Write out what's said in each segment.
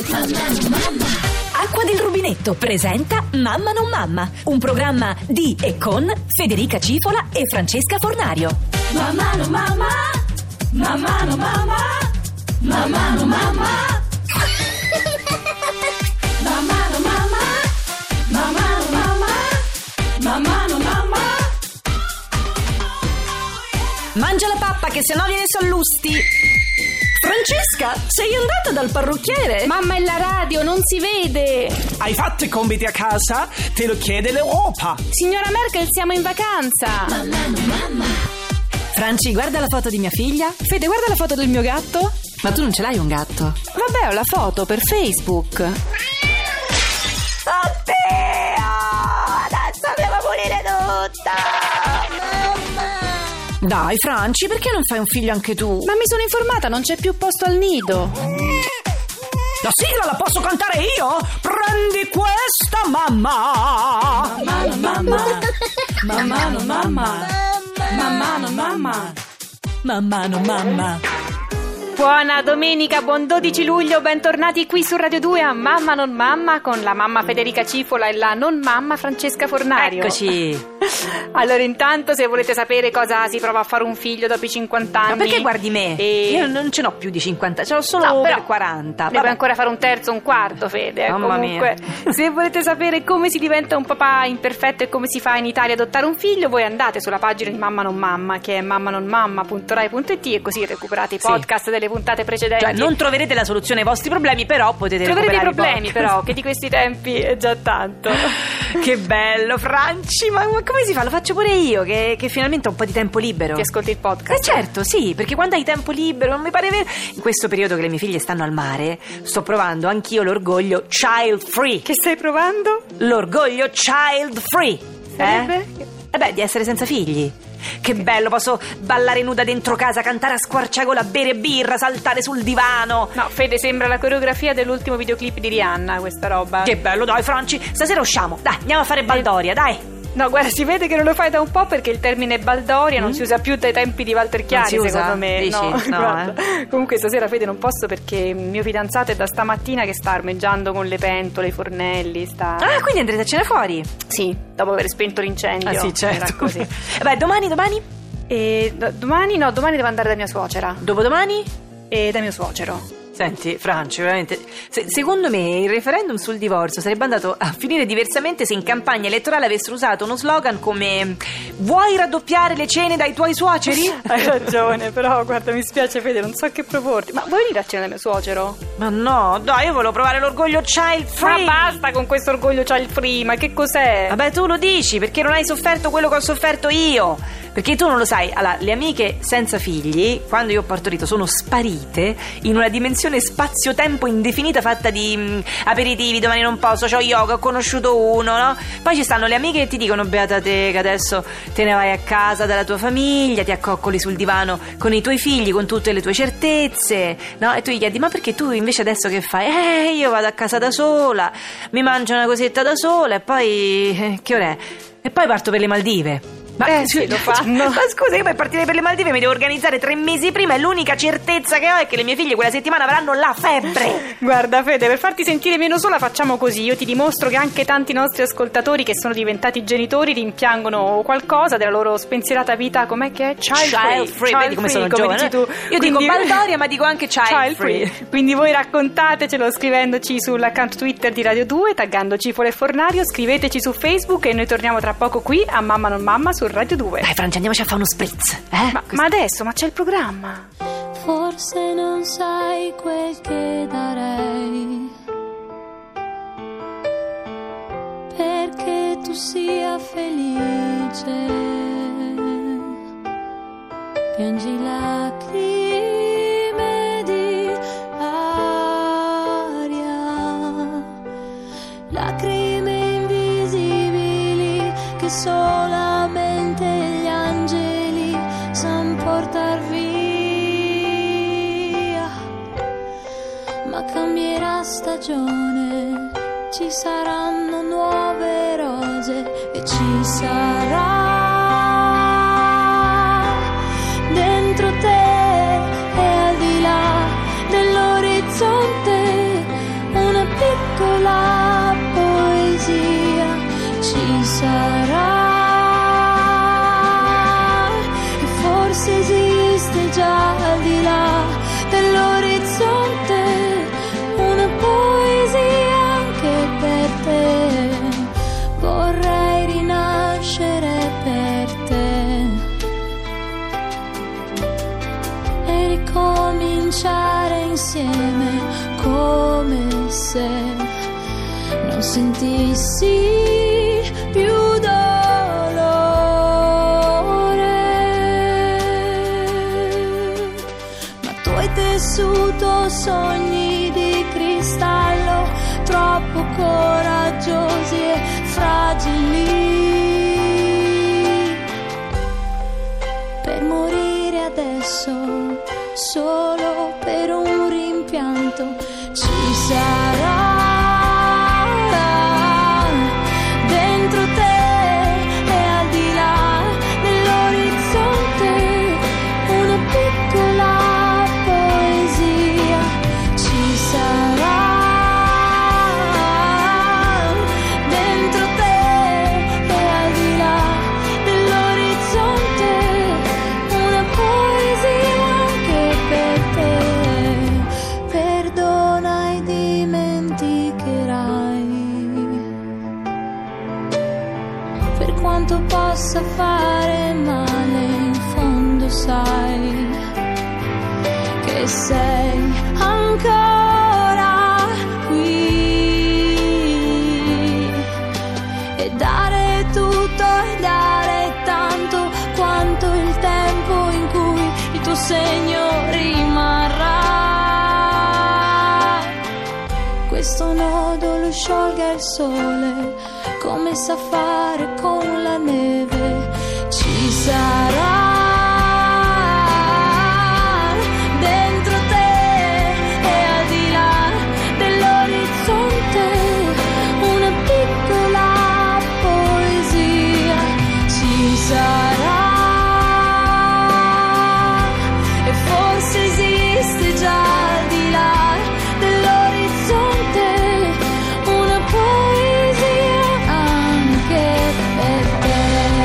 Acqua del Rubinetto presenta Mamma non mamma, un programma di e con Federica Cifola e Francesca Fornario. Mamma non mamma, mamma non mamma, mamma non mamma, mamma non mamma, mamma non mamma, mamma non mamma. Mangia la pappa che sennò viene sallusti. Francesca, sei andata dal parrucchiere? Mamma, è la radio, non si vede. Hai fatto i compiti a casa? Te lo chiede l'Europa. Signora Merkel, siamo in vacanza. Franci, guarda la foto di mia figlia. Fede, guarda la foto del mio gatto. Ma tu non ce l'hai un gatto? Vabbè, ho la foto per Facebook. Oddio, adesso devo morire tutta. Dai, Franci, perché non fai un figlio anche tu? Ma mi sono informata, non c'è più posto al nido. La sigla la posso cantare io? Prendi questa, mamma. Mamma non mamma, mamma non mamma, mamma non mamma, Mamma non mamma. Buona domenica, buon 12 luglio, bentornati qui su Radio 2 a Mamma non mamma con la mamma Federica Cifola e la non mamma Francesca Fornario. Eccoci. Allora, intanto, se volete sapere cosa si prova a fare un figlio dopo i 50 anni... Ma perché guardi me? Io non ce n'ho più di 50, ce l'ho solo No, però per 40. Ne puoi ancora fare un terzo, un quarto, Fede. Mamma Comunque, mia. se volete sapere come si diventa un papà imperfetto e come si fa in Italia ad adottare un figlio, voi andate sulla pagina di Mamma non mamma, che è mammanonmamma.rai.it, e così recuperate i podcast delle puntate precedenti. Cioè, non troverete la soluzione ai vostri problemi, però potete troverete i recuperare problemi, però, che di questi tempi è già tanto. Che bello, Franci, ma come si fa? Lo faccio pure io, che finalmente ho un po' di tempo libero. Ti ascolti il podcast? Certo, sì, perché quando hai tempo libero, non mi pare vero. In questo periodo che le mie figlie stanno al mare, sto provando anch'io l'orgoglio child free. Che stai provando? L'orgoglio child free. Sarebbe? Di essere senza figli. Che bello, posso ballare nuda dentro casa, cantare a squarciagola, bere birra, saltare sul divano. No, Fede, sembra la coreografia dell'ultimo videoclip di Rihanna, questa roba. Che bello, dai, Franci, stasera usciamo. Dai, andiamo a fare baldoria, dai. No, guarda, si vede che non lo fai da un po', perché il termine baldoria non si usa più dai tempi di Walter Chiari, Non si usa? secondo me. Dici? No, guarda. Comunque stasera, Fede, non posso, perché mio fidanzato è da stamattina che sta armeggiando con le pentole, i fornelli, sta... Ah, quindi andrete a cena fuori? Sì, dopo aver spento l'incendio. Ah sì, certo. Era così. Beh, domani? E domani devo andare da mia suocera. Dopodomani? E da mio suocero. Senti, Franci, veramente, secondo me il referendum sul divorzio sarebbe andato a finire diversamente se in campagna elettorale avessero usato uno slogan come "Vuoi raddoppiare le cene dai tuoi suoceri?" Hai ragione, però guarda, mi spiace, Fede, non so che proporti. Ma vuoi venire a cena da mio suocero? Ma no, dai, io volevo provare l'orgoglio child free. Ma basta con questo orgoglio child free, ma che cos'è? Vabbè, tu lo dici perché non hai sofferto quello che ho sofferto io. Perché tu non lo sai. Allora, le amiche senza figli, quando io ho partorito, sono sparite in una dimensione spazio-tempo indefinita, fatta di aperitivi. Domani non posso, c'ho yoga, ho conosciuto uno, no? Poi ci stanno le amiche che ti dicono: beata te, che adesso te ne vai a casa dalla tua famiglia, ti accoccoli sul divano con i tuoi figli, con tutte le tue certezze, no? E tu gli chiedi: ma perché tu invece adesso che fai? Io vado a casa da sola, mi mangio una cosetta da sola e poi che ora è? E poi parto per le Maldive. Ma sì, lo fanno. Ma scusa, io per partire per le Maldive mi devo organizzare 3 mesi prima e l'unica certezza che ho è che le mie figlie quella settimana avranno la febbre. Guarda, Fede, per farti sentire meno sola facciamo così. Io ti dimostro che anche tanti nostri ascoltatori che sono diventati genitori rimpiangono qualcosa della loro spensierata vita. Com'è che è? Child free. Vedi come sono giovane, dici tu. Io dico baldoria, ma dico anche child free. Quindi voi raccontatecelo scrivendoci sull'account Twitter di Radio 2, taggandoci Cifola e Fornario, scriveteci su Facebook e noi torniamo tra poco qui a Mamma non mamma su Radio 2. Dai, Francia, andiamoci a fare uno spritz, Ma adesso, ma c'è il programma. Forse non sai quel che darei perché tu sia felice. Piangi lacrime di aria, lacrime invisibili che solamente gli angeli san portar via. Ma cambierà stagione, ci saranno nuove rose e ci sarà dentro te e al di là dell'orizzonte me, come se non sentissi più dolore. Ma tu hai tessuto sogni di cristallo, troppo coraggiosi e fragili per morire adesso, solo per un rimpianto. Ci sarà dentro te e al di là dell'orizzonte una piccola poesia. Ci sarà dentro te e al di là dell'orizzonte una poesia anche per te. Perdona e dimenticherai. Per quanto possa fare male, in fondo sai che sei ancora qui. E dare tutto e dare tanto quanto il tempo in cui il tuo segno rimarrà. Questo nodo lo sciolga il sole, come sa fare con la neve. Ci sarà dentro te e al di là dell'orizzonte una piccola poesia. Ci sarà, e forse esiste già al di là dell'orizzonte una poesia anche per te,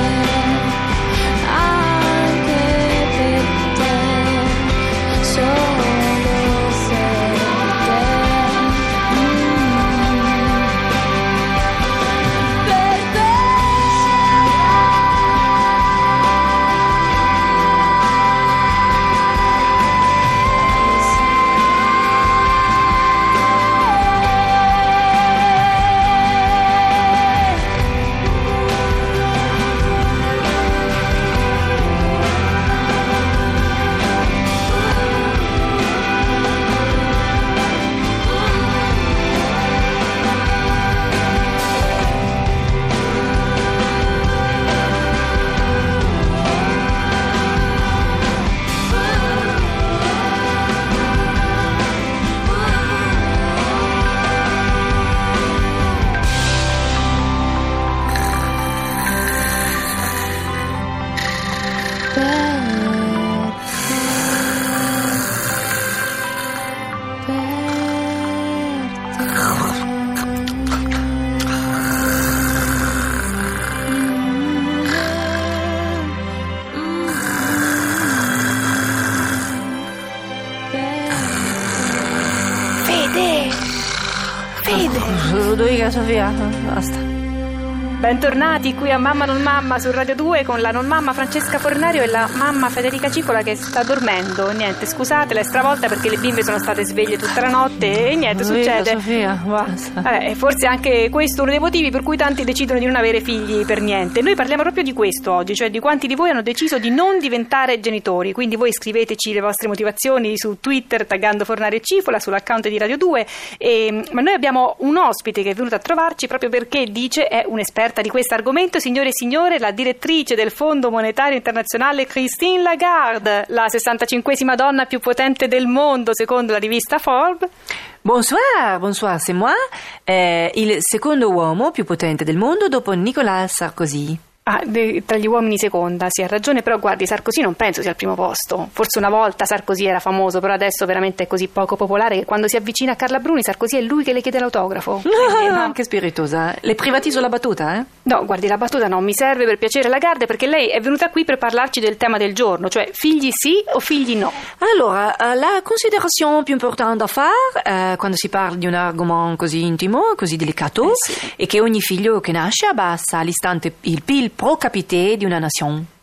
anche per te, solo se te, per te. Ludovica, Sofia, basta. Bentornati qui a Mamma non mamma su Radio 2 con la non mamma Francesca Fornario e la mamma Federica Cipola che sta dormendo. Niente, scusatela, è stravolta perché le bimbe sono state sveglie tutta la notte e niente, succede. Sofia, basta. Forse anche questo è uno dei motivi per cui tanti decidono di non avere figli per niente. Noi parliamo proprio di questo oggi, cioè di quanti di voi hanno deciso di non diventare genitori. Quindi voi scriveteci le vostre motivazioni su Twitter taggando Fornario e Cipola sull'account di Radio 2 ma noi abbiamo un ospite che è venuto a trovarci proprio perché dice è un'esperta di questo argomento, signore e signore, la direttrice del Fondo Monetario Internazionale Christine Lagarde, la 65esima donna più potente del mondo secondo la rivista Forbes. Bonsoir, c'est moi, il secondo uomo più potente del mondo dopo Nicolas Sarkozy. Tra gli uomini seconda, sì, ha ragione, però guardi, Sarkozy non penso sia al primo posto. Forse una volta Sarkozy era famoso, però adesso veramente è così poco popolare che quando si avvicina a Carla Bruni, Sarkozy è lui che le chiede l'autografo. No, che spiritosa. Le privatizzo la battuta, eh? No, guardi, la battuta non mi serve per piacere Lagarde, perché lei è venuta qui per parlarci del tema del giorno, cioè figli sì o figli no. Allora, la considerazione più importante da fare quando si parla di un argomento così intimo, così delicato, sì. è che ogni figlio che nasce abbassa all'istante il PIL pro capite di una nazione.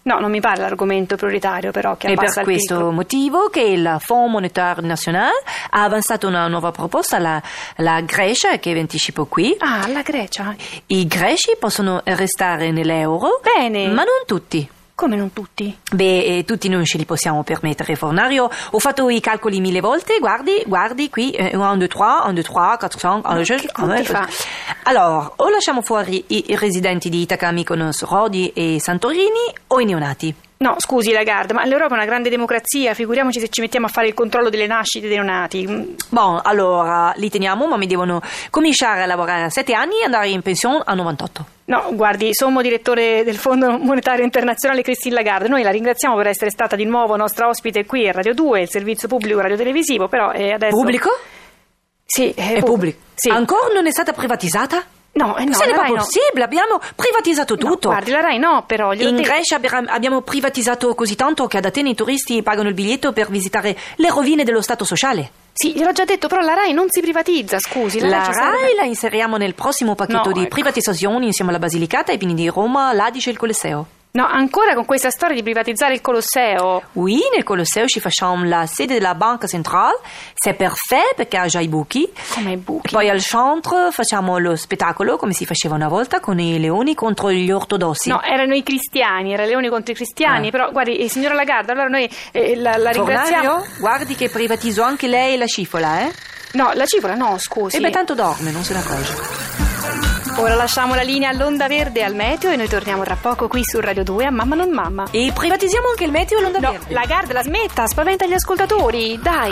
No, non mi pare l'argomento prioritario però che È abbassa per il questo picco. motivo che il Fonds Monetaire National ha avanzato una nuova proposta alla Grecia, che vi anticipo qui. Ah, la Grecia. I greci possono restare nell'euro, Bene. ma non tutti. Come non tutti? Beh, tutti non ce li possiamo permettere, Fornario. Ho fatto i calcoli 1000 volte, guardi qui, 1, 2, 3, 1, 2, 3, 4, 5, che conti fa? Allora, o lasciamo fuori i residenti di Itaca, Mykonos, Rodi e Santorini, o i neonati. No, scusi Lagarde, ma l'Europa è una grande democrazia, figuriamoci se ci mettiamo a fare il controllo delle nascite dei neonati. Bon, allora, li teniamo, ma mi devono cominciare a lavorare a 7 anni e andare in pensione a 98. No, guardi, sommo direttore del Fondo Monetario Internazionale Christine Lagarde, noi la ringraziamo per essere stata di nuovo nostra ospite qui a Radio 2, il servizio pubblico radiotelevisivo, però adesso... Pubblico? Sì, È pubblico. Sì. Ancora non è stata privatizzata? No, no, Se la n'est pas Rai no. possibile, abbiamo privatizzato No, tutto. guardi, la Rai no, però... In Grecia abbiamo privatizzato così tanto che ad Atene i turisti pagano il biglietto per visitare le rovine dello Stato sociale. Sì, gliel'ho già detto, però la Rai non si privatizza, scusi. La ci sarebbe- RAI la inseriamo nel prossimo pacchetto No, di ecco. privatizzazioni insieme alla Basilicata, ai Pini di Roma, l'Adice e il Colosseo. No, ancora con questa storia di privatizzare il Colosseo. Oui, nel Colosseo ci facciamo la sede della Banca Centrale, c'est parfait perché ha già i buchi. Come i buchi. Poi al centro facciamo lo spettacolo come si faceva una volta con i leoni contro gli ortodossi. No, erano i cristiani, era Leoni contro i cristiani, però guardi, signora Lagarde, allora noi la ringraziamo. Fornario, guardi che privatizzo anche lei e la cifola, eh? No, la cipolla no, scusi. E beh, tanto dorme, non se ne accorge. Ora lasciamo la linea all'Onda Verde e al Meteo e noi torniamo tra poco qui su Radio 2 a Mamma non Mamma. E privatizziamo anche il meteo e l'onda No, verde. Lagarde, la smetta, spaventa gli ascoltatori, dai.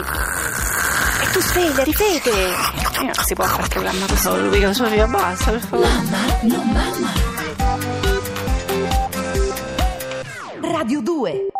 E tu sveglia, ripete. Non si può fare il programma così. No, Luca, Sofia, basta, per favore. Radio 2